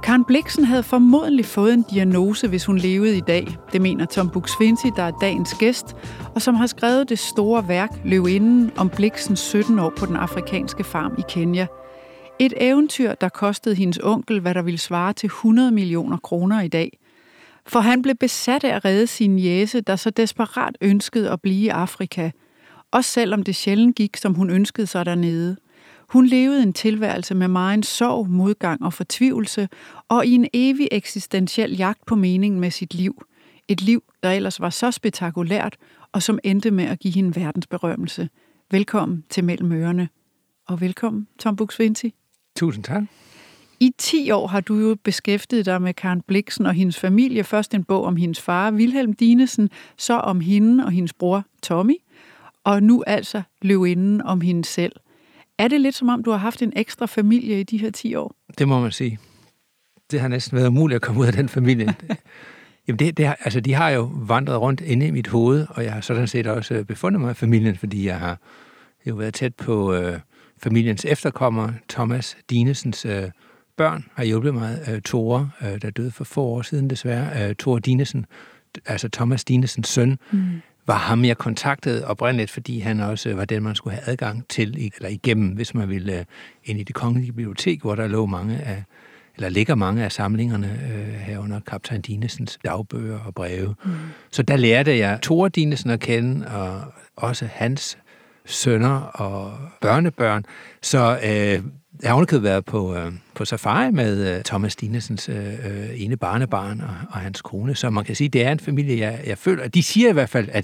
Karen Blixen havde formodentlig fået en diagnose, hvis hun levede i dag. Det mener Tom Buk-Swienty, der er dagens gæst, og som har skrevet det store værk Løvinden om Blixens 17 år på den afrikanske farm i Kenya. Et eventyr, der kostede hendes onkel, hvad der ville svare til 100 millioner kroner i dag. For han blev besat af at redde sin jæse, der så desperat ønskede at blive i Afrika. Også selvom det sjældent gik, som hun ønskede sig dernede. Hun levede en tilværelse med megen sorg, modgang og fortvivlelse, og i en evig eksistentiel jagt på meningen med sit liv. Et liv, der ellers var så spektakulært, og som endte med at give hende verdensberømmelse. Velkommen til Mellem Ørerne. Og velkommen, Tom Buk-Swienty. Tusind tak. I 10 år har du jo beskæftiget dig med Karen Blixen og hendes familie. Først en bog om hendes far, Wilhelm Dinesen, så om hende og hendes bror, Tommy, og nu altså Løvinden om hende selv. Er det lidt som om, du har haft en ekstra familie i de her 10 år? Det må man sige. Det har næsten været umuligt at komme ud af den familie. Jamen altså, de har jo vandret rundt inde i mit hoved, og jeg har sådan set også befundet mig i familien, fordi jeg har jo været tæt på familiens efterkommere. Thomas Dinesens børn har hjulpet mig. Tore, der døde for få år siden desværre. Tore Dinesen, altså Thomas Dinesens søn, var ham, jeg kontaktede oprindeligt, fordi han også var den, man skulle have adgang til, eller igennem, hvis man ville ind i det kongelige bibliotek, hvor der ligger mange af samlingerne herunder kaptajn Dinesens dagbøger og breve. Så der lærte jeg Tore Dinesen at kende, og også hans sønner og børnebørn. Så jeg har underkøbet været på safari med Thomas Dinesens ene barnebarn og hans kone, så man kan sige, det er en familie, jeg føler. De siger i hvert fald, at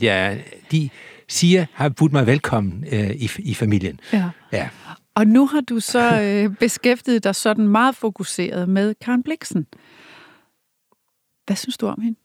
har budt mig velkommen i familien. Ja. Og nu har du så beskæftiget dig sådan meget fokuseret med Karen Blixen. Hvad synes du om hende?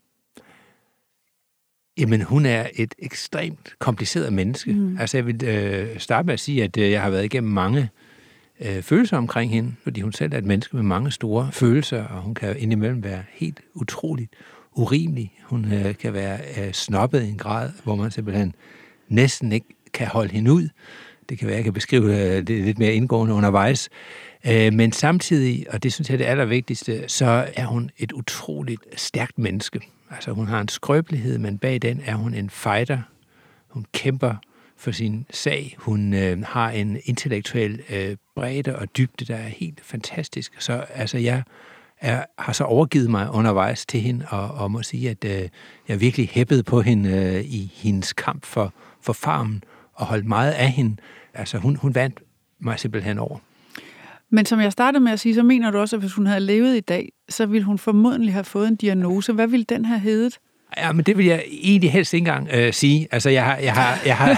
Jamen, hun er et ekstremt kompliceret menneske. Altså, jeg vil starte med at sige, at jeg har været igennem mange følelser omkring hende, fordi hun selv er et menneske med mange store følelser, og hun kan indimellem være helt utroligt urimelig. Hun kan være snobbet i en grad, hvor man simpelthen næsten ikke kan holde hende ud. Det kan være, jeg kan beskrive det lidt mere indgående undervejs. Men samtidig, og det synes jeg er det allervigtigste, så er hun et utroligt stærkt menneske. Altså, hun har en skrøbelighed, men bag den er hun en fighter. Hun kæmper for sin sag. Hun har en intellektuel bredde og dybde, der er helt fantastisk. Så altså, jeg har så overgivet mig undervejs til hende, og må sige, at jeg virkelig hæppede på hende i hendes kamp for farmen, og holdt meget af hende. Altså, hun vandt mig simpelthen over. Men som jeg startede med at sige, så mener du også, at hvis hun havde levet i dag, så ville hun formodentlig have fået en diagnose. Hvad ville den have heddet? Ja, men det vil jeg egentlig helst ikke engang sige. Altså, jeg har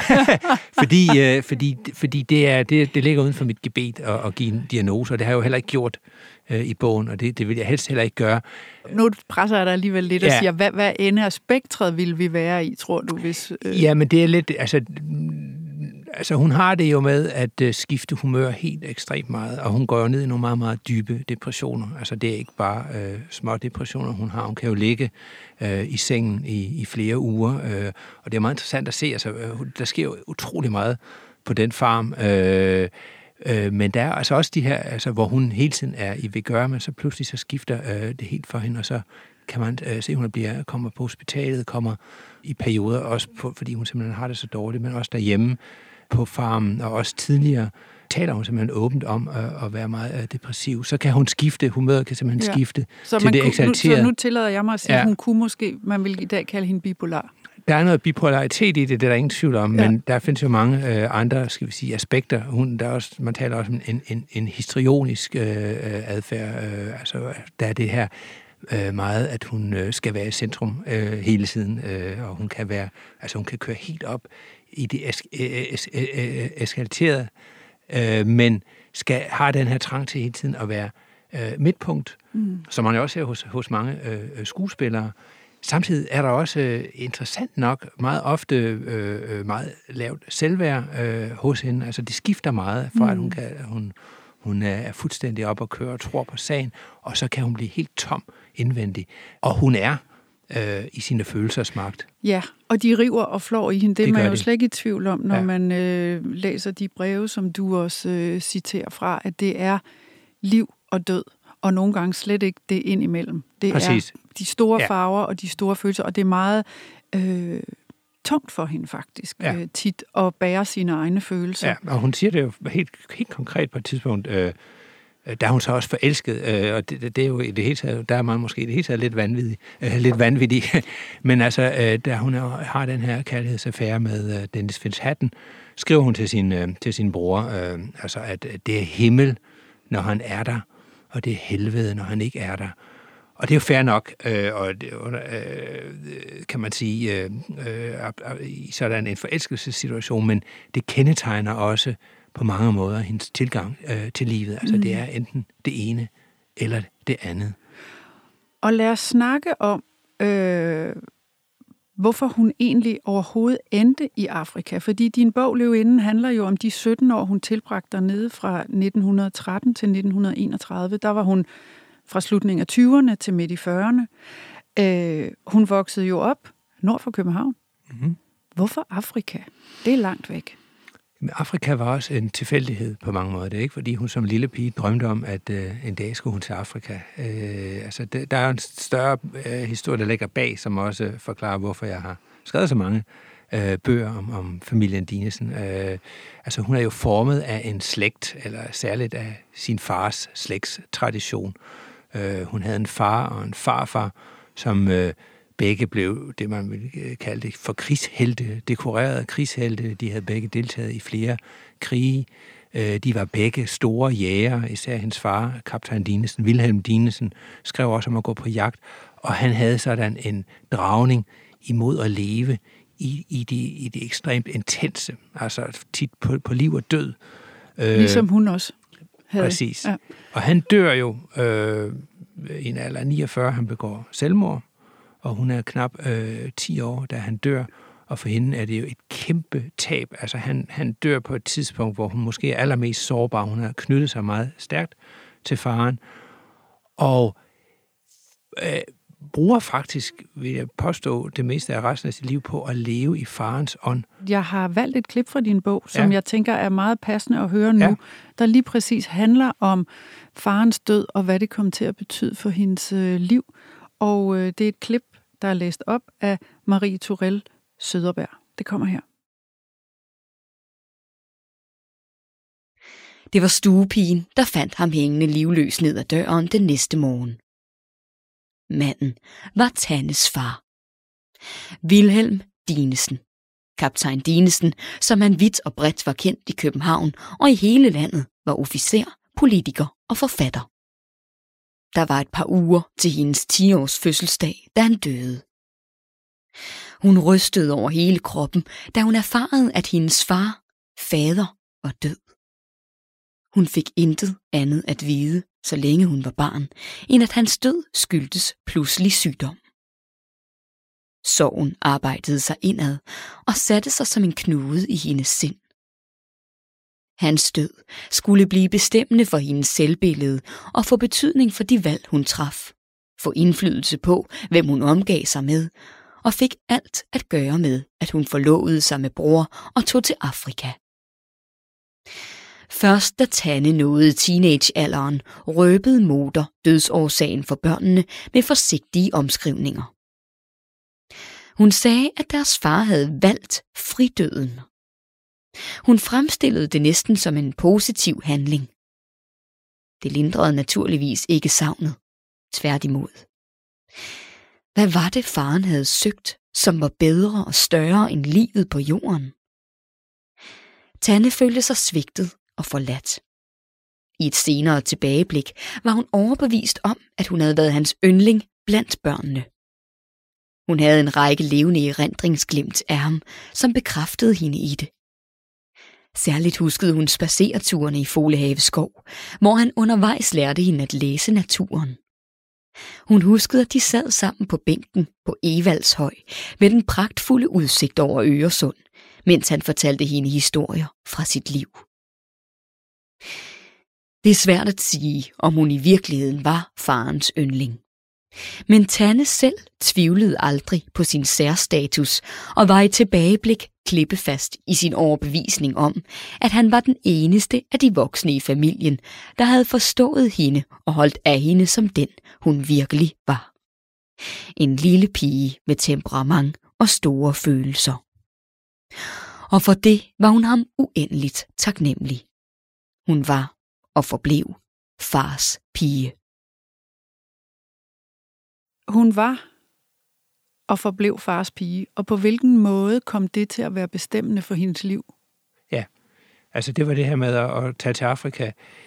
fordi det ligger uden for mit gebet at give en diagnose, og det har jeg jo heller ikke gjort i bogen, og det vil jeg helst heller ikke gøre. Nu presser jeg dig alligevel lidt og siger, hvad ende af spektret ville vi være i, tror du? Hvis Ja, men det er lidt, altså hun har det jo med at skifte humør helt ekstremt meget, og hun går jo ned i nogle meget, meget dybe depressioner. Altså det er ikke bare små depressioner, hun har. Hun kan jo ligge i sengen i flere uger, og det er meget interessant at se. Altså, der sker jo utrolig meget på den farm, men der er altså også de her, altså, hvor hun hele tiden er i vigør, men så pludselig så skifter det helt for hende, og så kan man se, at hun kommer på hospitalet, kommer i perioder også, fordi hun simpelthen har det så dårligt, men også derhjemme på farmen, og også tidligere taler hun simpelthen åbent om at være meget depressiv. Så kan hun skifte, humøret kan simpelthen skifte så til det eksalterede. Så nu tillader jeg mig at sige, at hun kunne måske, man vil i dag kalde hende bipolar. Der er noget bipolaritet i det er der ingen tvivl om, men der findes jo mange andre, skal vi sige, aspekter. Man taler også om en histrionisk adfærd. Altså, der er det her meget, at hun skal være i centrum hele tiden, og hun kan være, altså hun kan køre helt op i det eskalterede, men har den her trang til hele tiden at være midtpunkt, som man jo også ser hos mange skuespillere. Samtidig er der også interessant nok meget ofte meget lavt selvværd hos hende. Altså det skifter meget fra, at hun er fuldstændig op og kører og tror på sagen, og så kan hun blive helt tom indvendig. Og hun er i sine følelsers magt. Ja, og de river og flår i hende. Det er man jo slet ikke i tvivl om, når man læser de breve, som du også citerer fra, at det er liv og død. og nogle gange slet ikke det ind imellem. Det Præcis. er de store farver og de store følelser, og det er meget tungt for hende faktisk, tit at bære sine egne følelser. Ja, og hun siger det jo helt konkret på et tidspunkt, der er hun så også forelsket, og det er jo i det hele taget, der er man måske i det hele taget lidt vanvittig, men altså, da hun har den her kærlighedsaffære med Dennis Finch-Hatton, skriver hun til sin bror, altså at det er himmel, når han er der, og det er helvede, når han ikke er der. Og det er jo fair nok, og kan man sige, i sådan en forelskelsessituation, men det kendetegner også på mange måder hendes tilgang til livet. Altså det er enten det ene eller det andet. Og lad os snakke om, hvorfor hun egentlig overhovedet endte i Afrika. Fordi din bog, Løvinden, handler jo om de 17 år, hun tilbragte dernede fra 1913 til 1931. Der var hun fra slutningen af 20'erne til midt i 40'erne. Hun voksede jo op nord for København. Mm-hmm. Hvorfor Afrika? Det er langt væk. Men Afrika var også en tilfældighed på mange måder. Det er ikke, fordi hun som lille pige drømte om, at en dag skulle hun til Afrika. Altså, der er en større historie, der ligger bag, som også forklarer, hvorfor jeg har skrevet så mange bøger om familien Dinesen. Altså, hun er jo formet af en slægt, eller særligt af sin fars slægtstradition. Hun havde en far og en farfar, som begge blev det, man vil kalde det for krigshelte, dekorerede krigshelte. De havde begge deltaget i flere krige. De var begge store jæger, især hendes far, kaptajn Dinesen, Wilhelm Dinesen, skrev også om at gå på jagt, og han havde sådan en dragning imod at leve i det ekstremt intense, altså tit på liv og død. Ligesom hun også havde. Præcis. Ja. Og han dør jo i en alder af 49, han begår selvmord, og hun er knap 10 år, da han dør, og for hende er det jo et kæmpe tab. Altså han dør på et tidspunkt, hvor hun måske er allermest sårbar. Hun har knyttet sig meget stærkt til faren, og bruger faktisk, vil jeg påstå, det meste af resten af sit liv på at leve i farens ånd. Jeg har valgt et klip fra din bog, som jeg tænker er meget passende at høre nu, der lige præcis handler om farens død, og hvad det kom til at betyde for hendes liv. Og det er et klip, der er læst op af Marie Tourell Søderberg. Det kommer her. Det var stuepigen, der fandt ham hængende livløs ned ad døren den næste morgen. Manden var Tannes far. Wilhelm Dinesen. Kaptajn Dinesen, som han vidt og bredt var kendt i København og i hele landet, var officer, politiker og forfatter. Der var et par uger til hendes 10-års fødselsdag, da han døde. Hun rystede over hele kroppen, da hun erfarede, at hendes fader, var død. Hun fik intet andet at vide, så længe hun var barn, end at hans død skyldtes pludselig sygdom. Sorgen arbejdede sig indad og satte sig som en knude i hendes sind. Hans død skulle blive bestemmende for hendes selvbillede og få betydning for de valg, hun traf, få indflydelse på, hvem hun omgav sig med, og fik alt at gøre med, at hun forlovede sig med bror og tog til Afrika. Først da Tanne nåede teenagealderen, røbede moder dødsårsagen for børnene med forsigtige omskrivninger. Hun sagde, at deres far havde valgt fridøden. Hun fremstillede det næsten som en positiv handling. Det lindrede naturligvis ikke savnet, tværtimod. Hvad var det, faren havde søgt, som var bedre og større end livet på jorden? Tanne følte sig svigtet og forladt. I et senere tilbageblik var hun overbevist om, at hun havde været hans yndling blandt børnene. Hun havde en række levende erindringsglimt af ham, som bekræftede hende i det. Særligt huskede hun spadsereturene i Folehave skov, hvor han undervejs lærte hende at læse naturen. Hun huskede, at de sad sammen på bænken på Evaldshøj med den pragtfulde udsigt over Øresund, mens han fortalte hende historier fra sit liv. Det er svært at sige, om hun i virkeligheden var farens yndling. Men Tanne selv tvivlede aldrig på sin særstatus og var i tilbageblik klippefast i sin overbevisning om, at han var den eneste af de voksne i familien, der havde forstået hende og holdt af hende som den, hun virkelig var. En lille pige med temperament og store følelser. Og for det var hun ham uendeligt taknemmelig. Hun var og forblev fars pige. Hun var og forblev fars pige, og på hvilken måde kom det til at være bestemmende for hendes liv? Ja, altså det var det her med at tage til Afrika.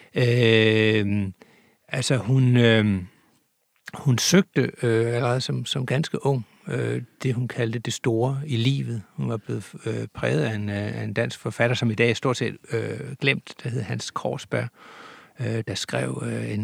Hun søgte allerede som ganske ung det, hun kaldte det store i livet. Hun var blevet præget af en dansk forfatter, som i dag er stort set glemt, der hed Hans Korsberg, der skrev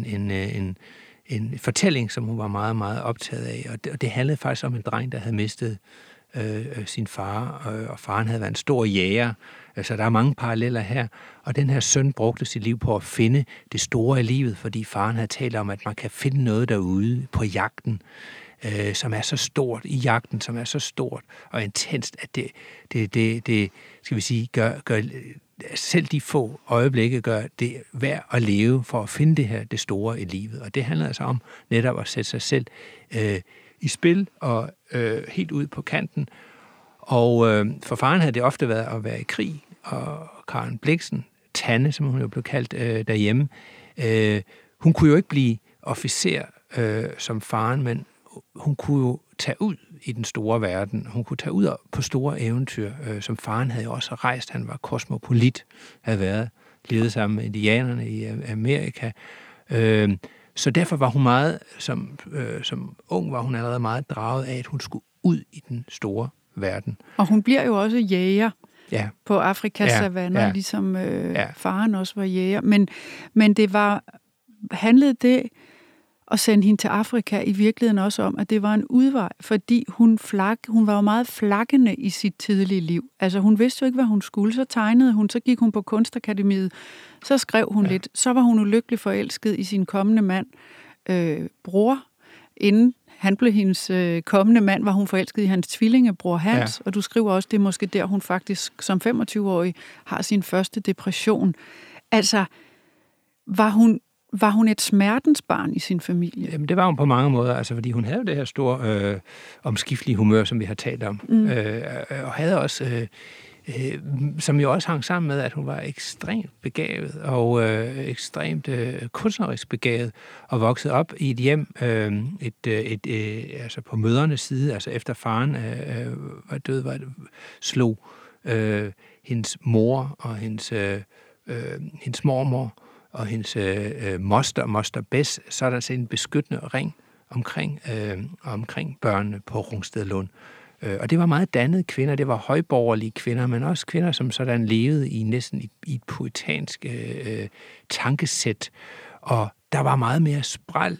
en fortælling, som hun var meget, meget optaget af. Og det handlede faktisk om en dreng, der havde mistet sin far, og faren havde været en stor jæger. Så der er mange paralleller her. Og den her søn brugte sit liv på at finde det store i livet, fordi faren havde talt om, at man kan finde noget derude på jagten, som er så stort, i jagten, som er så stort og intenst, at det skal vi sige, gør selv de få øjeblikke gør det værd at leve for at finde det store i livet. Og det handler altså om netop at sætte sig selv i spil og helt ud på kanten. Og for faren havde det ofte været at være i krig, og Karen Blixen, Tanne, som hun jo blev kaldt derhjemme, hun kunne jo ikke blive officer som faren, men hun kunne jo tage ud i den store verden. Hun kunne tage ud på store eventyr, som faren havde jo også rejst. Han var kosmopolit, havde været, levet sammen med indianerne i Amerika. Så derfor var hun meget, som ung var hun allerede meget draget af, at hun skulle ud i den store verden. Og hun bliver jo også jæger på Afrikas savanner, ligesom faren også var jæger. Men handlede det at sende hende til Afrika i virkeligheden også om, at det var en udvej, fordi hun var jo meget flakkende i sit tidlige liv. Altså hun vidste jo ikke, hvad hun skulle. Så tegnede hun, så gik hun på kunstakademiet, så skrev hun lidt. Så var hun ulykkelig forelsket i sin kommende mand, bror. Inden han blev hendes kommende mand, var hun forelsket i hans tvillingebror Hans. Og du skriver også, det er måske der, hun faktisk som 25-årig har sin første depression. Altså, var hun et smertensbarn i sin familie? Jamen, det var hun på mange måder, altså, fordi hun havde det her store omskiftelige humør, som vi har talt om, og havde også, som jo også hang sammen med, at hun var ekstremt begavet og ekstremt kunstnerisk begavet, og voksede op i et hjem, altså på mødrenes side, altså efter faren var død, slog hendes mor og hendes mormor og hendes moster Bess, så er der en beskyttende ring omkring børnene på Rungstedlund. Og det var meget dannede kvinder, det var højborgerlige kvinder, men også kvinder, som sådan levede i næsten i et poetansk tankesæt. Og der var meget mere spræl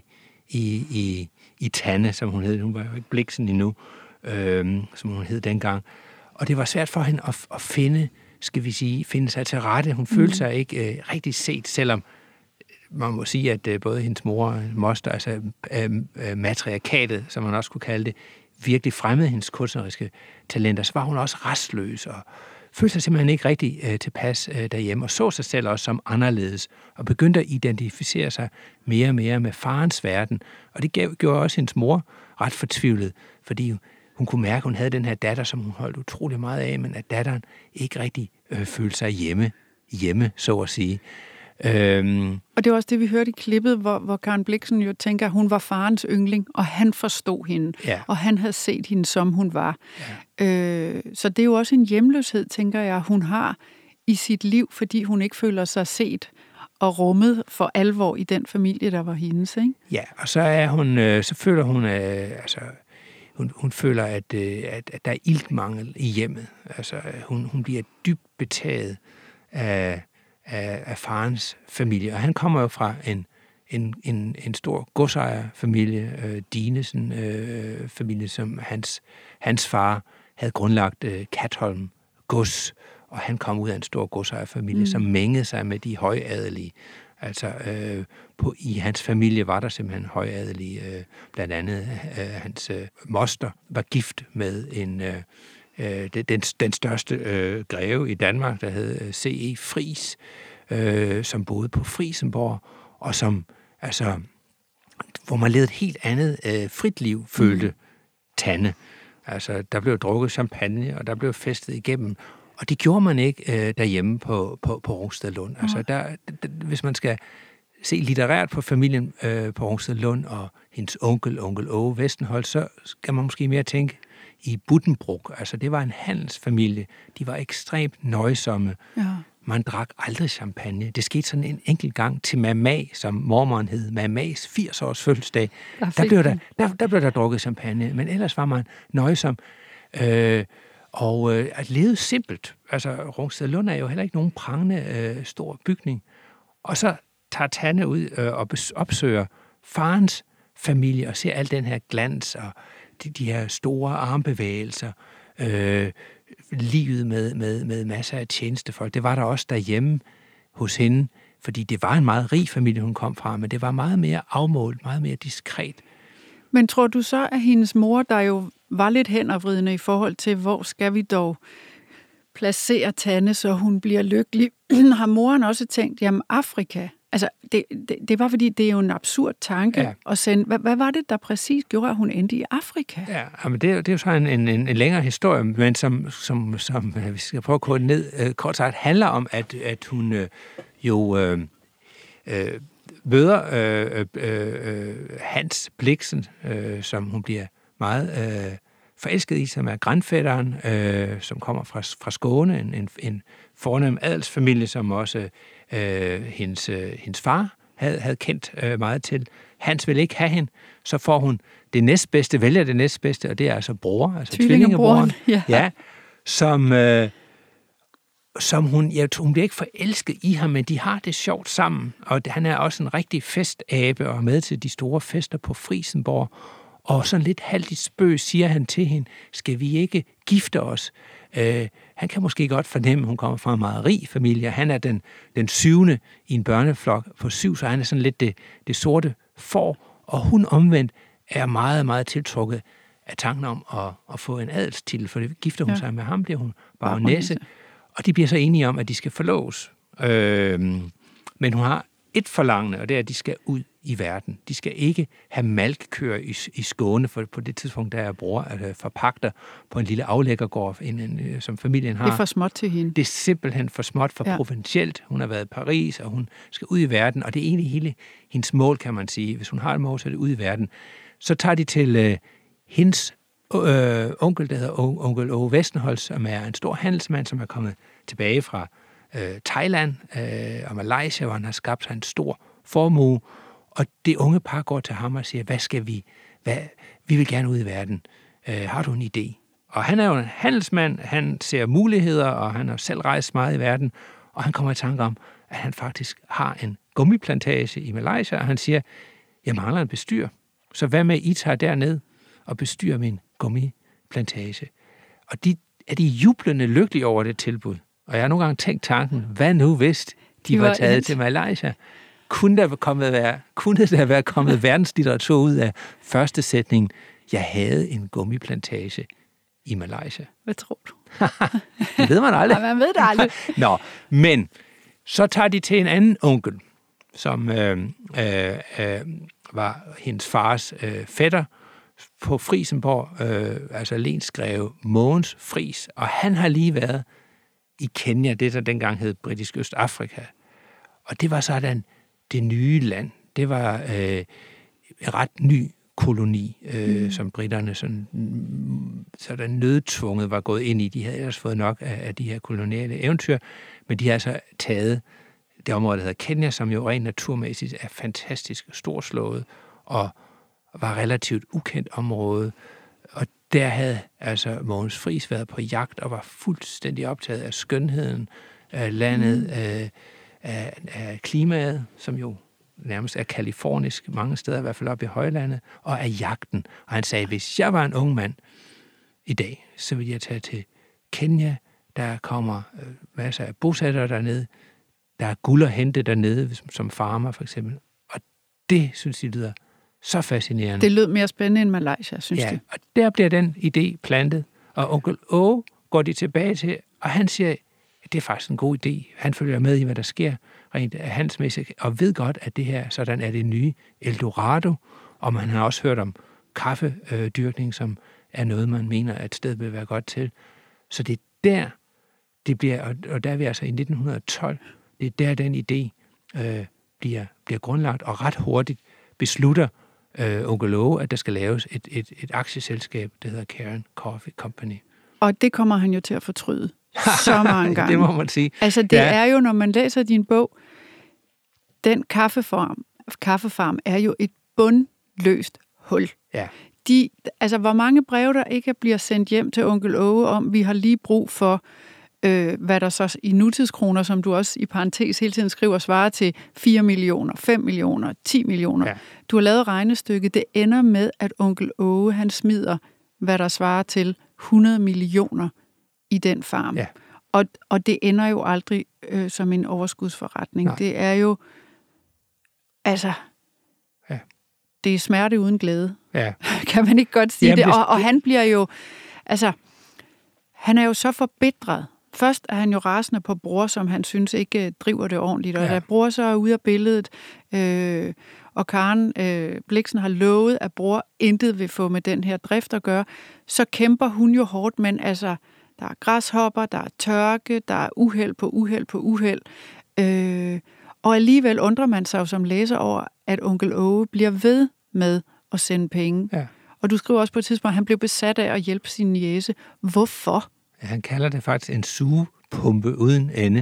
i Tanne, som hun hed. Hun var jo ikke Blixen endnu, som hun hed dengang. Og det var svært for hende at finde sig til rette. Hun følte sig ikke rigtig set, selvom man må sige, at både hendes mor og moster, altså matriarkatet, som man også kunne kalde det, virkelig fremmede hendes kunstneriske talenter, så var hun også restløs og følte sig simpelthen ikke rigtig tilpas derhjemme, og så sig selv også som anderledes, og begyndte at identificere sig mere og mere med farens verden. Og det gjorde også hendes mor ret fortvivlet, fordi hun kunne mærke, at hun havde den her datter, som hun holdt utrolig meget af, men at datteren ikke rigtig følte sig hjemme, så at sige. Og det var også det, vi hørte i klippet, hvor Karen Blixen jo tænker, at hun var farens yndling, og han forstod hende, og han havde set hende, som hun var. Ja. Så det er jo også en hjemløshed, tænker jeg, hun har i sit liv, fordi hun ikke føler sig set og rummet for alvor i den familie, der var hendes, ikke? Ja, og så føler hun, hun føler, at der er iltmangel i hjemmet. Altså, hun bliver dybt betaget af farens familie. Og han kommer jo fra en stor godsejerfamilie, Dinesen-familie, som hans far havde grundlagt Katholm gods, og han kom ud af en stor godsejerfamilie, som mængede sig med de højadelige. Altså, i hans familie var der simpelthen højadelige. Blandt andet hans moster var gift med den største greve i Danmark, der hed C.E. Friis, som boede på Frisenborg, og som, altså, hvor man levede et helt andet frit liv, følte Tanne. Altså, der blev drukket champagne, og der blev festet igennem. Og det gjorde man ikke derhjemme på Rungstedlund. Altså, hvis man skal se litterært på familien på Rungstedlund og hendes onkel Åge Westenholz, så skal man måske mere tænke i Buddenbrook. Altså, det var en handelsfamilie. De var ekstremt nøjsomme. Ja. Man drak aldrig champagne. Det skete sådan en enkelt gang til Mama, som mormoren hed, Mamas 80-års fødselsdag. Der blev der drukket champagne, men ellers var man nøjsom. Og at leve simpelt. Altså, Rungstedlund er jo heller ikke nogen prangende stor bygning. Og så tager Tanne ud og opsøger farens familie og ser al den her glans og de her store armbevægelser. Livet med masser af tjenestefolk. Det var der også derhjemme hos hende, fordi det var en meget rig familie, hun kom fra, men det var meget mere afmålt, meget mere diskret. Men tror du så, at hendes mor, der jo var lidt hændervridende i forhold til, hvor skal vi dog placere Tanne, så hun bliver lykkelig, har moren også tænkt, jamen Afrika, altså det var fordi, det er jo en absurd tanke at sende. Hvad var det, der præcis gjorde, at hun endte i Afrika? Ja, men det er jo så en længere historie, men som vi skal prøve at gå ned, kort sagt, handler om, at hun møder Hans Blixen, som hun bliver meget forelsket i, som er grandfætteren, som kommer fra Skåne, en fornem adelsfamilie, som også hendes far havde kendt meget til. Hans vil ikke have hende, så får hun det næstbedste, vælger det næstbedste, og det er altså bror, altså tvillingebroren, som hun bliver ikke forelsket i ham, men de har det sjovt sammen, og han er også en rigtig festabe og er med til de store fester på Frisenborg, og sådan lidt halvt i spøg siger han til hende, skal vi ikke gifte os? Han kan måske godt fornemme, at hun kommer fra en meget rig familie. Han er den syvende i en børneflok på 7, så han er sådan lidt det sorte får, og hun omvendt er meget, meget tiltrukket af tanken om at få en adelstitel, for det gifter hun sig med ham, bliver hun baronesse, og de bliver så enige om, at de skal forloves. Men hun har et forlangende, og det er, at de skal ud i verden. De skal ikke have malkkøer i Skåne, for på det tidspunkt, der er bror forpagter på en lille aflæggergård, som familien har. Det er for småt til hende. Det er simpelthen for småt, for provincielt. Hun har været i Paris, og hun skal ud i verden, og det er egentlig hele hendes mål, kan man sige. Hvis hun har et mål, så er det ud i verden. Så tager de til hendes onkel, der hedder onkel Åge Westenholz, som er en stor handelsmand, som er kommet tilbage fra Thailand og Malaysia, hvor han har skabt sig en stor formue. Og det unge par går til ham og siger, hvad skal vi? Vi vil gerne ud i verden. Har du en idé? Og han er jo en handelsmand, han ser muligheder, og han har selv rejst meget i verden, og han kommer i tanke om, at han faktisk har en gummiplantage i Malaysia, og han siger, jeg mangler en bestyr. Så hvad med, I tager derned og bestyrer min gummiplantage? Og de er jublende lykkelige over det tilbud. Og jeg har nogle gange tænkt tanken, hvad nu hvis de var taget til Malaysia? Kunne der være kommet verdenslitteratur ud af første sætning, jeg havde en gummiplantage i Malaysia? Hvad tror du? Det ved man aldrig. Man ved det aldrig. Nå, men så tager de til en anden onkel, som var hendes fars fætter på Frisenborg, altså lensgreve Mogens Friis, og han har lige været i Kenya, det der dengang hed Britisk Østafrika. Og det var sådan det nye land. Det var en ret ny koloni, som britterne sådan nødtvunget var gået ind i. De havde ellers fået nok af de her koloniale eventyr, men de har altså taget det område, der hedder Kenya, som jo rent naturmæssigt er fantastisk storslået og var relativt ukendt område. Og der havde altså Mogens Friis været på jagt og var fuldstændig optaget af skønheden af landet, af klimaet, som jo nærmest er kalifornisk mange steder, i hvert fald oppe i højlandet, og af jagten. Og han sagde, hvis jeg var en ung mand i dag, så ville jeg tage til Kenya. Der kommer masser af bosættere dernede. der er guld at hente dernede, som farmer for eksempel. Og det, synes jeg, lyder så fascinerende. Det lød mere spændende end Malaysia, synes ja, de. Og der bliver den idé plantet, og onkel Åge går de tilbage til, og han siger, at det er faktisk en god idé. Han følger med i, hvad der sker rent handelsmæssigt, og ved godt, at det her sådan er det nye Eldorado, og man har også hørt om kaffedyrkning, som er noget, man mener, at et sted vil være godt til. Så det er der, det bliver, og der er vi altså i 1912, det er der, den idé bliver grundlagt, og ret hurtigt beslutter onkel Åge, at der skal laves et aktieselskab, der hedder Cairn Coffee Company. Og det kommer han jo til at fortryde så mange gange. Det må man sige. Altså det er jo, når man læser din bog, den kaffefarm er jo et bundløst hul. Ja. Altså hvor mange breve, der ikke bliver sendt hjem til onkel Åge om, vi har lige brug for, hvad der så i nutidskroner, som du også i parentes hele tiden skriver, svarer til 4 millioner, 5 millioner, 10 millioner. Ja. Du har lavet regnestykket. Det ender med, at onkel Åge, han smider, hvad der svarer til 100 millioner i den farm. Ja. Og det ender jo aldrig som en overskudsforretning. Nej. Det er jo, altså, det er smerte uden glæde. Ja. Kan man ikke godt sige det? Og han bliver jo, altså, han er jo så forbitret. Først er han jo rasende på bror, som han synes ikke driver det ordentligt. Og da bror så er ude af billedet, og Karen Blixen har lovet, at bror intet vil få med den her drift at gøre, så kæmper hun jo hårdt, men altså, der er græshopper, der er tørke, der er uheld på uheld på uheld. Og alligevel undrer man sig jo som læser over, at onkel Åge bliver ved med at sende penge. Ja. Og du skriver også på et tidspunkt, at han blev besat af at hjælpe sin niece. Hvorfor? Ja, han kalder det faktisk en sugepumpe uden ende.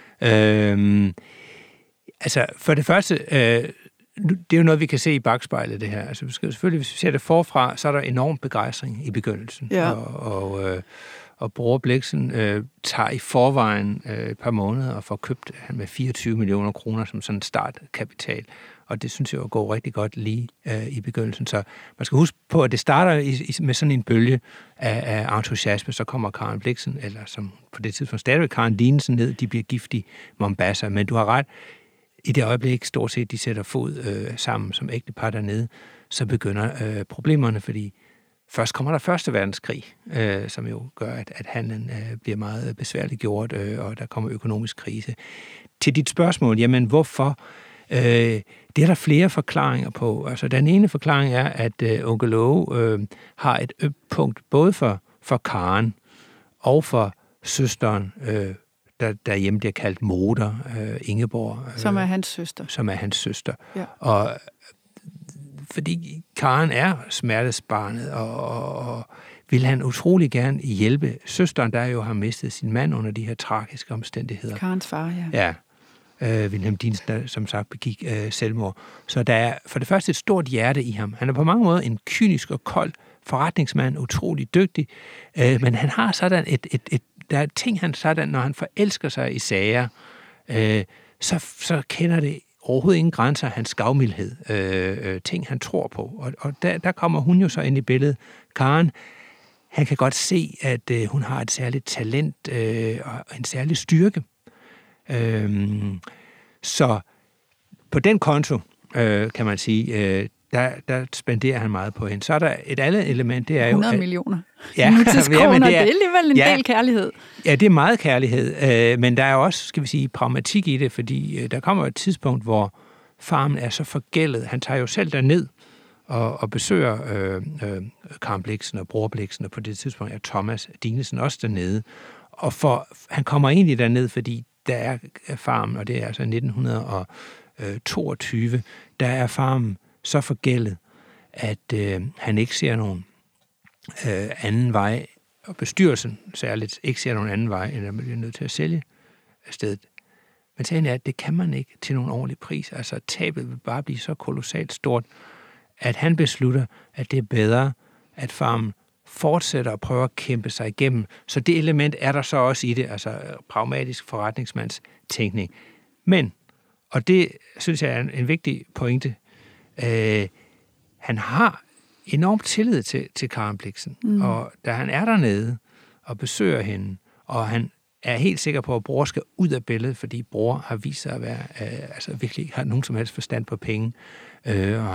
Altså, for det første, det er jo noget, vi kan se i bagspejlet, det her. Altså, selvfølgelig, hvis vi ser det forfra, så er der enorm begejstring i begyndelsen. Ja. Og bror Blixen tager i forvejen et par måneder og får købt han med 24 millioner kroner som sådan en startkapital. Og det synes jeg går rigtig godt lige i begyndelsen. Så man skal huske på, at det starter med sådan en bølge af entusiasme. Så kommer Karen Blixen, eller som på det tidspunkt stadigvæk Karen Dinesen ned, de bliver gift i Mombasa. Men du har ret, i det øjeblik stort set, de sætter fod sammen som ægtepar dernede, så begynder problemerne, fordi først kommer der Første Verdenskrig, som jo gør, at handlen bliver meget besværligt gjort, og der kommer økonomisk krise. Til dit spørgsmål, jamen hvorfor? Det er der flere forklaringer på. Altså den ene forklaring er, at onkel Åge har et punkt både for Karen og for søsteren, der hjemme bliver kaldt Moder, Ingeborg. Som er hans søster. Som er hans søster. Ja. Og fordi Karen er smertesbarnet, og vil han utrolig gerne hjælpe søsteren, der jo har mistet sin mand under de her tragiske omstændigheder. Karens far, ja. Ja. Wilhelm Dinesen, der som sagt begik selvmord. Så der er for det første et stort hjerte i ham. Han er på mange måder en kynisk og kold forretningsmand, utrolig dygtig, men han har sådan der er ting, han sådan, når han forelsker sig i sager, så kender det overhovedet ingen grænser, hans gavmildhed, ting han tror på. Og der kommer hun jo så ind i billedet. Karen, han kan godt se, at hun har et særligt talent og en særlig styrke. Så på den konto, kan man sige, der spenderer han meget på hende. Så er der et andet element, det er 100 jo... millioner. Ja, det er alligevel en del kærlighed. Ja, det er meget kærlighed, men der er også, skal vi sige, pragmatik i det, fordi der kommer et tidspunkt, hvor farmen er så forgældet. Han tager jo selv derned og besøger Karen Blixen og bror Blixen, og på det tidspunkt er Thomas Dinesen også dernede. Og han kommer egentlig derned, fordi der er farmen, og det er altså 1922, der er farmen så forgældet, at han ikke ser nogen anden vej, og bestyrelsen særligt ikke ser nogen anden vej, end at man bliver nødt til at sælge stedet. Men sagen er, at det kan man ikke til nogen ordentlig pris. Altså tabet vil bare blive så kolossalt stort, at han beslutter, at det er bedre, at farmen fortsætter at prøve at kæmpe sig igennem. Så det element er der så også i det, altså pragmatisk forretningsmands tænkning. Men, og det synes jeg er en vigtig pointe, han har enormt tillid til Karen Blixen, og da han er dernede og besøger hende, og han er helt sikker på, at bror skal ud af billedet, fordi bror har vist sig at være, virkelig ikke har nogen som helst forstand på penge. Og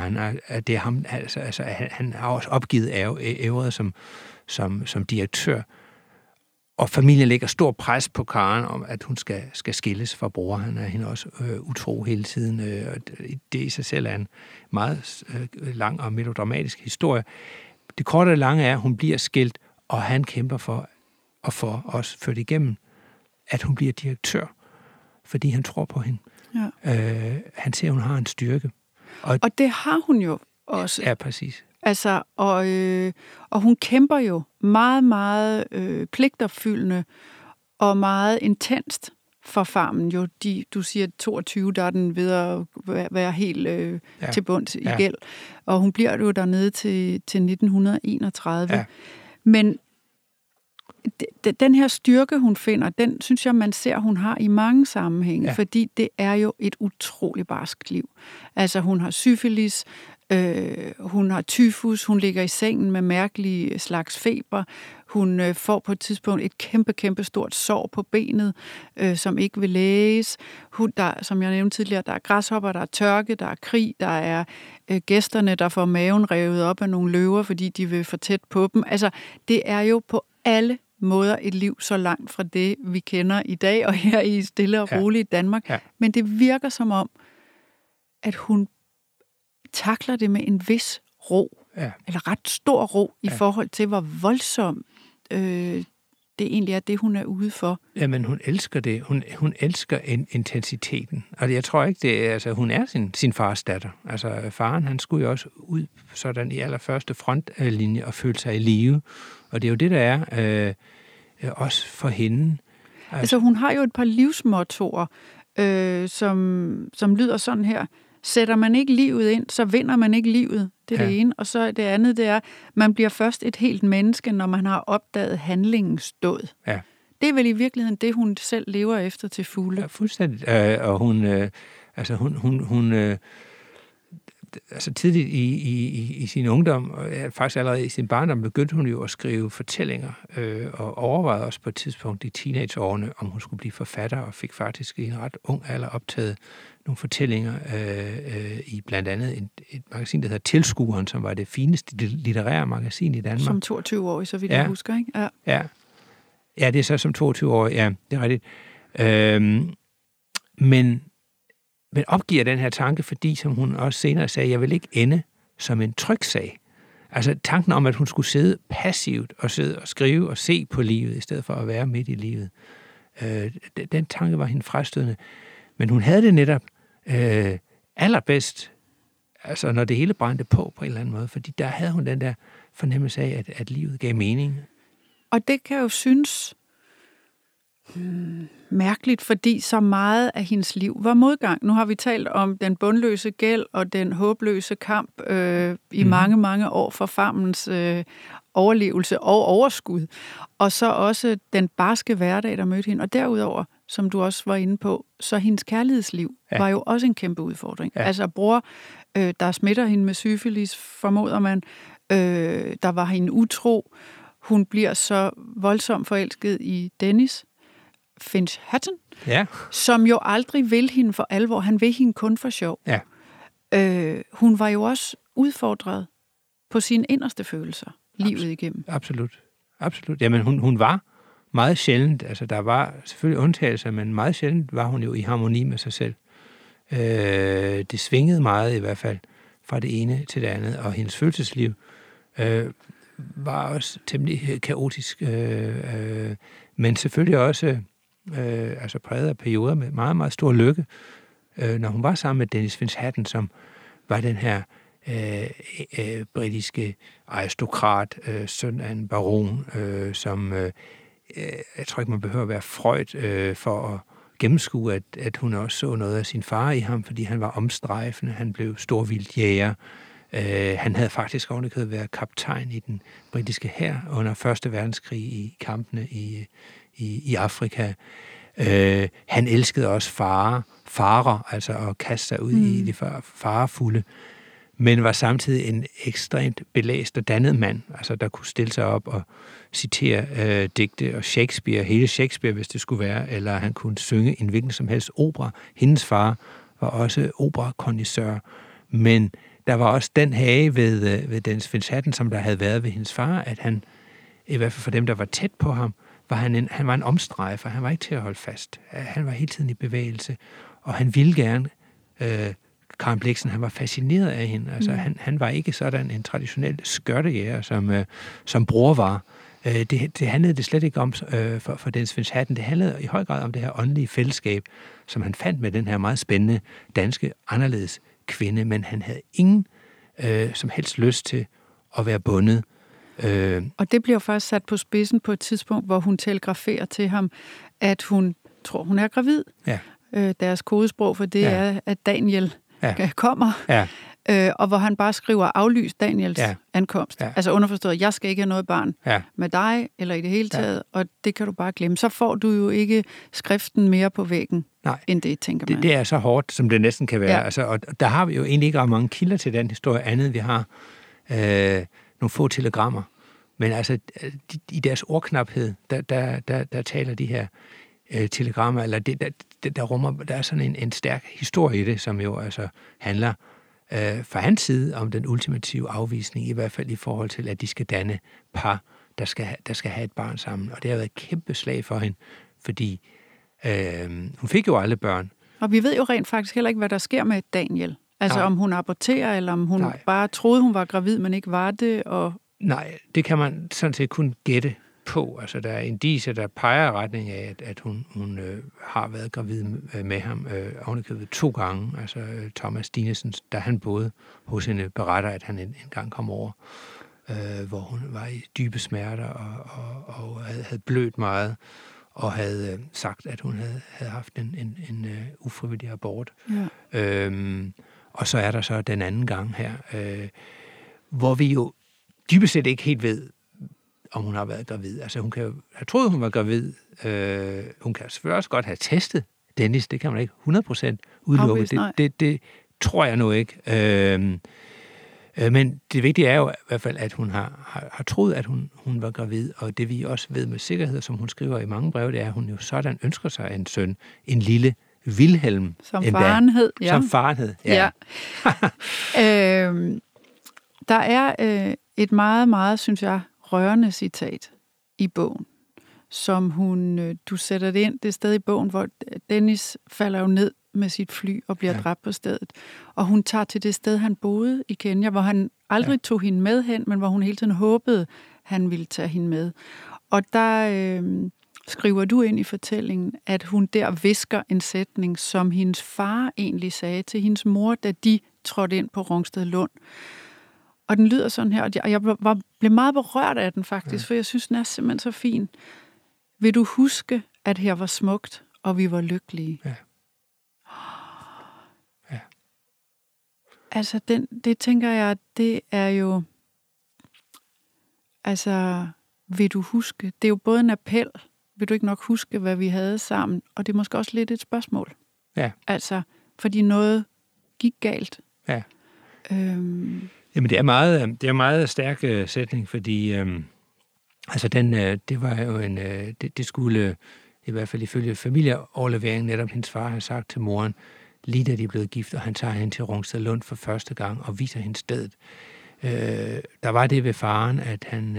han har også opgivet ævret som direktør. Og familien lægger stor pres på Karen om, at hun skal skilles fra bror. Han er hende også utro hele tiden. Og det i sig selv er en meget lang og melodramatisk historie. Det korte og lange er, at hun bliver skilt, og han kæmper for at få os ført igennem, at hun bliver direktør, fordi han tror på hende. Ja. Han ser, at hun har en styrke. Og det har hun jo også. Ja, præcis. Altså, og hun kæmper jo meget, meget pligtopfyldende og meget intenst for farmen. Jo, du siger 22, der er den ved at være helt til bunds i gæld. Og hun bliver jo dernede til 1931. Ja. Men den her styrke, hun finder, den synes jeg, man ser, hun har i mange sammenhænge, fordi det er jo et utroligt barskt liv. Altså, hun har syfilis, hun har tyfus, hun ligger i sengen med mærkelige slags feber, hun får på et tidspunkt et kæmpe stort sår på benet, som ikke vil læges. Som jeg nævnte tidligere, der er græshopper, der er tørke, der er krig, der er gæsterne, der får maven revet op af nogle løver, fordi de vil for tæt på dem. Altså, det er jo på alle måder et liv så langt fra det, vi kender i dag, og her i stille og roligt Danmark. Ja. Men det virker som om, at hun takler det med en vis ro, eller ret stor ro, i forhold til, hvor voldsom det egentlig er det, hun er ude for. Jamen, hun elsker det. Hun elsker intensiteten. Og jeg tror ikke, det er, altså, hun er sin fars datter. Altså, faren, han skulle jo også ud sådan i allerførste frontlinje og føle sig i live. Og det er jo det, der er også for hende. Altså, hun har jo et par livsmottoer, som lyder sådan her. Sætter man ikke livet ind, så vinder man ikke livet. Det er det ene. Og så det andet, det er, man bliver først et helt menneske, når man har opdaget handlingens død. Ja. Det er vel i virkeligheden det, hun selv lever efter til fulde. Ja, fuldstændig. Og hun altså tidligt i sin ungdom, og faktisk allerede i sin barndom, begyndte hun jo at skrive fortællinger, og overvejede også på et tidspunkt i teenageårene, om hun skulle blive forfatter, og fik faktisk i en ret ung alder optaget nogle fortællinger i blandt andet et magasin, der hedder Tilskueren, som var det fineste litterære magasin i Danmark. Som 22-årig, så vidt jeg husker, ikke? Ja, det er så som 22-årig, ja, det er rigtigt. Men opgiver den her tanke, fordi, som hun også senere sagde, jeg vil ikke ende som en tryksag. Altså tanken om, at hun skulle sidde passivt og sidde og skrive og se på livet, i stedet for at være midt i livet. Den tanke var hende frastødende. Men hun havde det netop allerbedst, altså når det hele brændte på en eller anden måde, fordi der havde hun den der fornemmelse af, at livet gav mening. Og det kan jo synes mærkeligt, fordi så meget af hendes liv var modgang. Nu har vi talt om den bundløse gæld og den håbløse kamp i mange år for farmens overlevelse og overskud. Og så også den barske hverdag, der mødte hende. Og derudover, som du også var inde på, så hendes kærlighedsliv var jo også en kæmpe udfordring. Ja. Altså bror, der smitter hende med syfilis, formoder man, der var hende utro. Hun bliver så voldsomt forelsket i Dennis Finch Hatton, som jo aldrig vil hende for alvor. Han vil hende kun for sjov. Ja. Hun var jo også udfordret på sine inderste følelser livet igennem. Absolut. Jamen, hun var meget sjældent, altså der var selvfølgelig undtagelser, men meget sjældent var hun jo i harmoni med sig selv. Det svingede meget i hvert fald fra det ene til det andet, og hendes følelsesliv var også temmelig kaotisk, men selvfølgelig også altså præget af perioder med meget, meget stor lykke, når hun var sammen med Dennis Finch Hatton, som var den her britiske aristokrat, søn af en baron, som jeg tror ikke, man behøver at være Freud for at gennemskue, at hun også så noget af sin far i ham, fordi han var omstrejfende, han blev storvildtjæger. Han havde faktisk ovenikøbet været kaptajn i den britiske hær under 1. verdenskrig i kampene i Afrika. Han elskede også farer, altså at kaste sig ud i det farefulde. men var samtidig en ekstremt belæst og dannet mand, altså der kunne stille sig op og citere digte og Shakespeare, hele Shakespeare, hvis det skulle være, eller han kunne synge en hvilken som helst opera. Hendes far var også operakondisseur, men der var også den hage ved Dennis Finch-Hatton, som der havde været ved hendes far, at han, i hvert fald for dem, der var tæt på ham, han var en omstrejfer. Han var ikke til at holde fast. Han var hele tiden i bevægelse, og han ville gerne. Karen Blixen, han var fascineret af hende. Altså, han var ikke sådan en traditionel skørtejæger, som bror var. Det handlede det slet ikke om for Dennis Finch-Hatton. Det handlede i høj grad om det her åndelige fællesskab, som han fandt med den her meget spændende, danske, anderledes kvinde, men han havde ingen som helst lyst til at være bundet. Og det bliver først sat på spidsen på et tidspunkt, hvor hun telegraferer til ham, at hun tror, hun er gravid. Ja. Deres kodesprog for det er, at Daniel kommer. Ja. Og hvor han bare skriver, aflys Daniels ankomst. Ja. Altså underforstået, jeg skal ikke have noget barn med dig, eller i det hele taget, og det kan du bare glemme. Så får du jo ikke skriften mere på væggen, end det, tænker man. Det er så hårdt, som det næsten kan være. Ja. Altså, og der har vi jo egentlig ikke ret mange kilder til den historie, andet vi har nogle få telegrammer. Men altså, i deres ordknaphed, der taler de her telegrammer, eller der er sådan en stærk historie i det, som jo altså handler fra hans side om den ultimative afvisning, i hvert fald i forhold til, at de skal danne par, der skal have et barn sammen. Og det har været et kæmpe slag for hende, fordi hun fik jo alle børn. Og vi ved jo rent faktisk heller ikke, hvad der sker med Daniel. Altså om hun aborterer, eller om hun bare troede, hun var gravid, men ikke var det. Nej, det kan man sådan set kun gætte på. Altså, der er indicier, der peger i retning af, at hun har været gravid med ham ovenikøbet 2 gange. Altså, Thomas Dinesen, da han boede hos hende, beretter, at han en gang kom over, hvor hun var i dybe smerter og havde blødt meget, og havde sagt, at hun havde haft en ufrivillig abort. Ja. Og så er der så den anden gang her, hvor vi jo dybest set ikke helt ved, om hun har været gravid. Altså, hun kan jo have troet, hun var gravid. Hun kan selvfølgelig også godt have testet Dennis. Det kan man ikke 100% udelukke. Det tror jeg nu ikke. Men det vigtige er jo i hvert fald, at hun har troet, at hun var gravid. Og det vi også ved med sikkerhed, som hun skriver i mange breve, det er, at hun jo sådan ønsker sig en søn. En lille Wilhelm. Som faren hed. Ja. Som faren hed, ja. Der er et meget, meget, synes jeg, rørende citat i bogen, som du sætter det ind det sted i bogen, hvor Dennis falder jo ned med sit fly og bliver dræbt på stedet. Og hun tager til det sted, han boede i Kenya, hvor han aldrig tog hende med hen, men hvor hun hele tiden håbede, han ville tage hende med. Og der skriver du ind i fortællingen, at hun der hvisker en sætning, som hendes far egentlig sagde til hendes mor, da de trådte ind på Rungsted Lund. Og den lyder sådan her, og jeg blev meget berørt af den faktisk, for jeg synes, den er simpelthen så fin. Vil du huske, at her var smukt, og vi var lykkelige? Ja. Ja. Altså, det tænker jeg, det er jo... Altså, vil du huske? Det er jo både en appel. Vil du ikke nok huske, hvad vi havde sammen? Og det er måske også lidt et spørgsmål. Ja. Altså, fordi noget gik galt. Ja. Jamen, det er en meget stærk sætning, fordi altså det var jo det skulle i hvert fald ifølge familieoverleveringen netop hendes far har sagt til moren, lige da de er blevet gift, og han tager hende til Rungsted Lund for første gang og viser hende stedet. Der var det ved faren, at han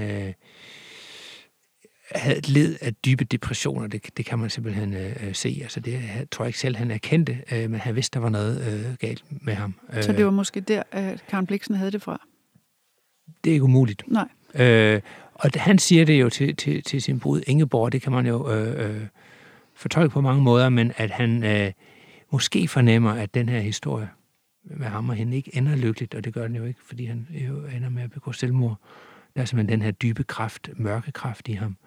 havde led af dybe depressioner. Det kan man simpelthen se. Altså det tror jeg ikke selv, han erkendte, men han vidste, der var noget galt med ham. Så det var måske der, at Karen Blixen havde det fra? Det er ikke umuligt. Nej. Og han siger det jo til sin brud Ingeborg, det kan man jo fortolke på mange måder, men at han måske fornemmer, at den her historie med ham og hende ikke ender lykkeligt, og det gør den jo ikke, fordi han jo ender med at begå selvmord. Der er simpelthen den her dybe kraft, mørke kraft i ham.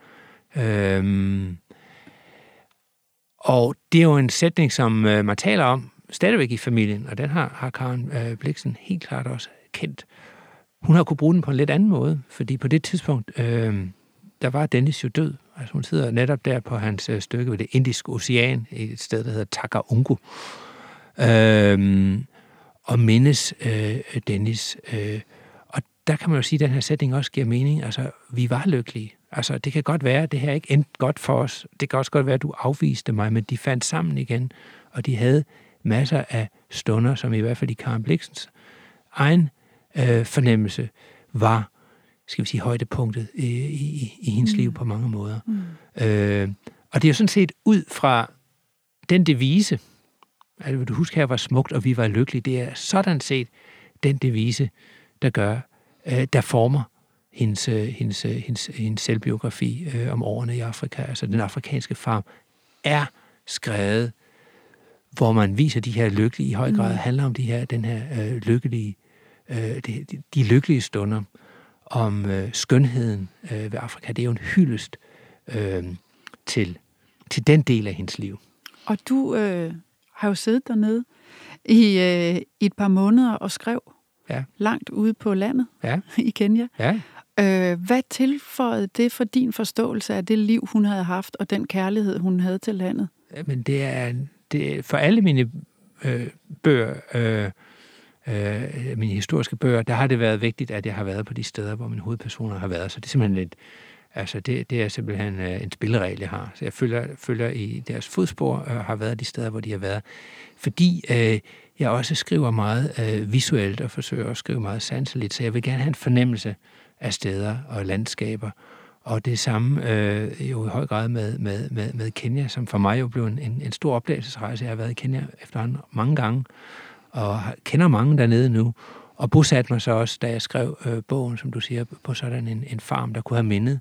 Og det er jo en sætning, som man taler om stadigvæk i familien, og den har Karen Blixen helt klart også kendt. Hun har kunne bruge den på en lidt anden måde, fordi på det tidspunkt, der var Dennis jo død. Altså hun sidder netop der på hans stykke ved det Indiske Ocean, i et sted, der hedder Takaungu. og mindes Dennis. Og der kan man jo sige, at den her sætning også giver mening. Altså, vi var lykkelige. Altså, det kan godt være, at det her ikke endte godt for os. Det kan også godt være, at du afviste mig, men de fandt sammen igen, og de havde masser af stunder, som i hvert fald i Karen Blixens egen fornemmelse var, skal vi sige, højdepunktet i hendes liv på mange måder. Og det er jo sådan set ud fra den devise, altså du husker her var smukt, og vi var lykkelige, det er sådan set den devise, der former hendes selvbiografi om årene i Afrika. Altså den afrikanske farm er skrevet, hvor man viser de her lykkelige, i høj grad handler om lykkelige, de lykkelige stunder, om skønheden ved Afrika. Det er jo en hyldest til den del af hendes liv. Og du har jo siddet dernede i et par måneder og skrev langt ude på landet i Kenya. Ja. Hvad tilføjede det for din forståelse af det liv, hun havde haft, og den kærlighed, hun havde til landet? Men det er for alle mine bøger, mine historiske bøger, der har det været vigtigt, at jeg har været på de steder, hvor mine hovedpersoner har været. Så det er simpelthen lidt, altså det er simpelthen en spilleregel, jeg har. Så jeg følger i deres fodspor og har været de steder, hvor de har været. Fordi jeg også skriver meget visuelt og forsøger at skrive meget sanseligt, så jeg vil gerne have en fornemmelse af steder og landskaber. Og det samme jo i høj grad med Kenya, som for mig jo blev en stor opdagelsesrejse. Jeg har været i Kenya efterhånden mange gange, og kender mange dernede nu, og bosatte mig så også, da jeg skrev bogen, som du siger, på sådan en farm, der kunne have mindet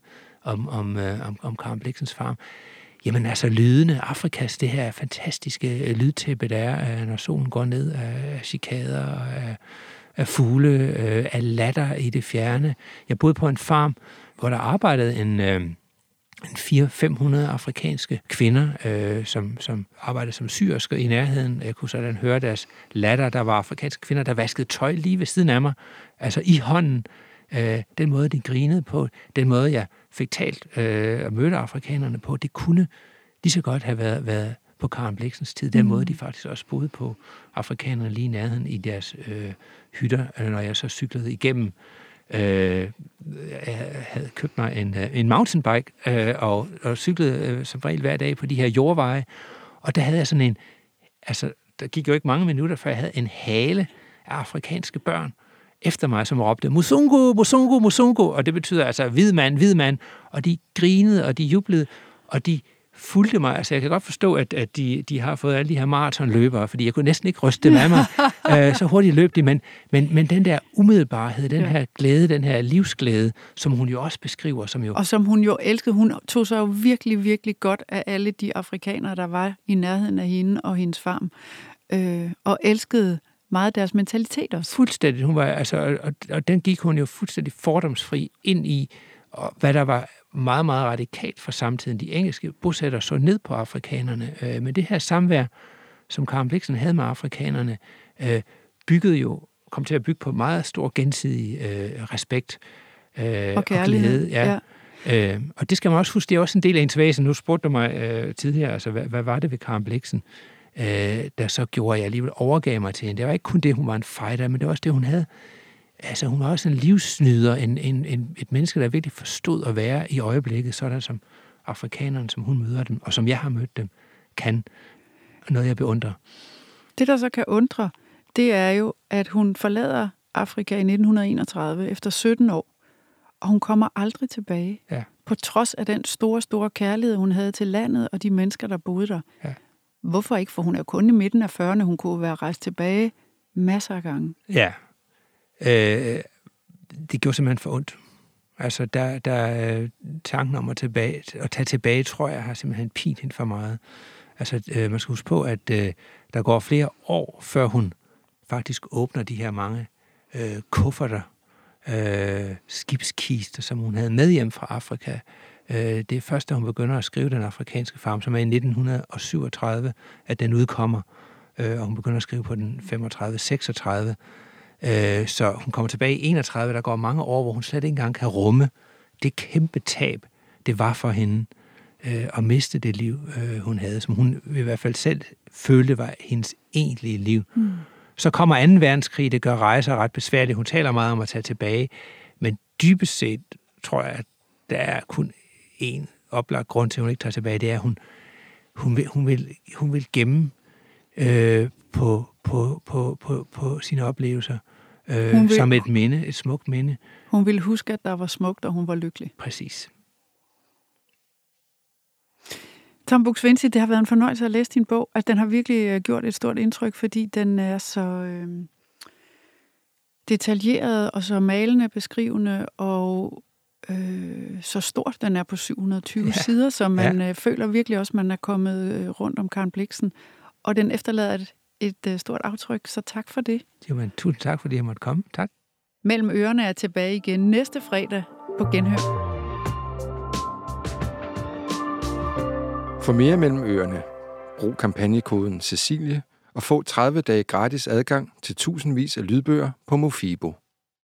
om Karen Blixens farm. Jamen altså lydene, Afrikas, det her fantastiske lydtæppe, der er, når solen går ned af cikader og af fugle, af latter i det fjerne. Jeg boede på en farm, hvor der arbejdede en 400-500 afrikanske kvinder, som arbejdede som syersker i nærheden. Jeg kunne sådan høre deres latter. Der var afrikanske kvinder, der vaskede tøj lige ved siden af mig, altså i hånden. Den måde, de grinede på, den måde, jeg fik talt og mødte afrikanerne på, det kunne lige så godt have været på Karen Blixens tid. Den måde, de faktisk også boede på, afrikanerne lige i nærheden i deres hytter, når jeg så cyklede igennem. Jeg havde købt mig en mountainbike og cyklede som regel hver dag på de her jordveje, og der havde jeg sådan der gik jo ikke mange minutter, før jeg havde en hale af afrikanske børn efter mig, som råbte, Musungu, Musungu, Musungu, og det betyder altså hvid mand, og de grinede, og de jublede, og de fulgte mig. Altså, jeg kan godt forstå, at de har fået alle de her maratonløbere, fordi jeg kunne næsten ikke ryste dem af mig. Så hurtigt løb de, men den der umiddelbarhed, den her glæde, den her livsglæde, som hun jo også beskriver, som jo... Og som hun jo elskede. Hun tog sig jo virkelig, virkelig godt af alle de afrikanere, der var i nærheden af hende og hendes farm, og elskede meget deres mentalitet også. Fuldstændig. Hun var, og den gik hun jo fuldstændig fordomsfri ind i, og hvad der var meget, meget radikalt for samtiden. De engelske bosætter så ned på afrikanerne. Men det her samvær, som Karen Blixen havde med afrikanerne, kom til at bygge på meget stor gensidig respekt og glæde. Ja. Og det skal man også huske, det er også en del af hendes væsen. Nu spurgte du mig tidligere, altså hvad var det ved Karen Blixen, der så gjorde, at jeg alligevel overgav mig til hende. Det var ikke kun det, hun var en fighter, men det var også det, hun havde. Altså, hun var også en livsnyder, et menneske, der virkelig forstod at være i øjeblikket, sådan som afrikanerne, som hun møder dem, og som jeg har mødt dem, kan. Noget, jeg beundrer. Det, der så kan undre, det er jo, at hun forlader Afrika i 1931 efter 17 år, og hun kommer aldrig tilbage. Ja. På trods af den store, store kærlighed, hun havde til landet og de mennesker, der boede der. Ja. Hvorfor ikke? For hun er kun i midten af 40'erne. Hun kunne være rejst tilbage masser af gange. Ja. Det gjorde simpelthen for ondt. Altså, der tanken om at tage tilbage, tror jeg, har simpelthen pint hende for meget. Altså, man skal huske på, at der går flere år, før hun faktisk åbner de her mange kufferter, skibskister, som hun havde med hjem fra Afrika. Det er først, da hun begynder at skrive Den afrikanske farm, som er i 1937, at den udkommer, og hun begynder at skrive på den 35-36. Så hun kommer tilbage i 31, der går mange år, hvor hun slet ikke engang kan rumme det kæmpe tab, det var for hende at miste det liv, hun havde, som hun i hvert fald selv følte var hendes egentlige liv. Så kommer 2. verdenskrig, det gør rejser ret besværligt. Hun taler meget om at tage tilbage, men dybest set tror jeg, at der er kun én oplagt grund til, at hun ikke tager tilbage. Det er, at hun vil gemme på sine oplevelser som et minde, et smukt minde. Hun ville huske, at der var smukt, og hun var lykkelig. Præcis. Tom Buk-Swienty, det har været en fornøjelse at læse din bog. Altså, den har virkelig gjort et stort indtryk, fordi den er så detaljeret og så malende beskrivende, og så stort. Den er på 720 sider, så man føler virkelig også, at man er kommet rundt om Karen Blixen. Og den efterlader et stort aftryk, så tak for det. Jamen, tusind tak, fordi jeg måtte komme. Tak. Mellem ørerne er tilbage igen næste fredag på Genhør. For mere Mellem ørerne, brug kampagnekoden Cecilie og få 30 dage gratis adgang til tusindvis af lydbøger på Mofibo.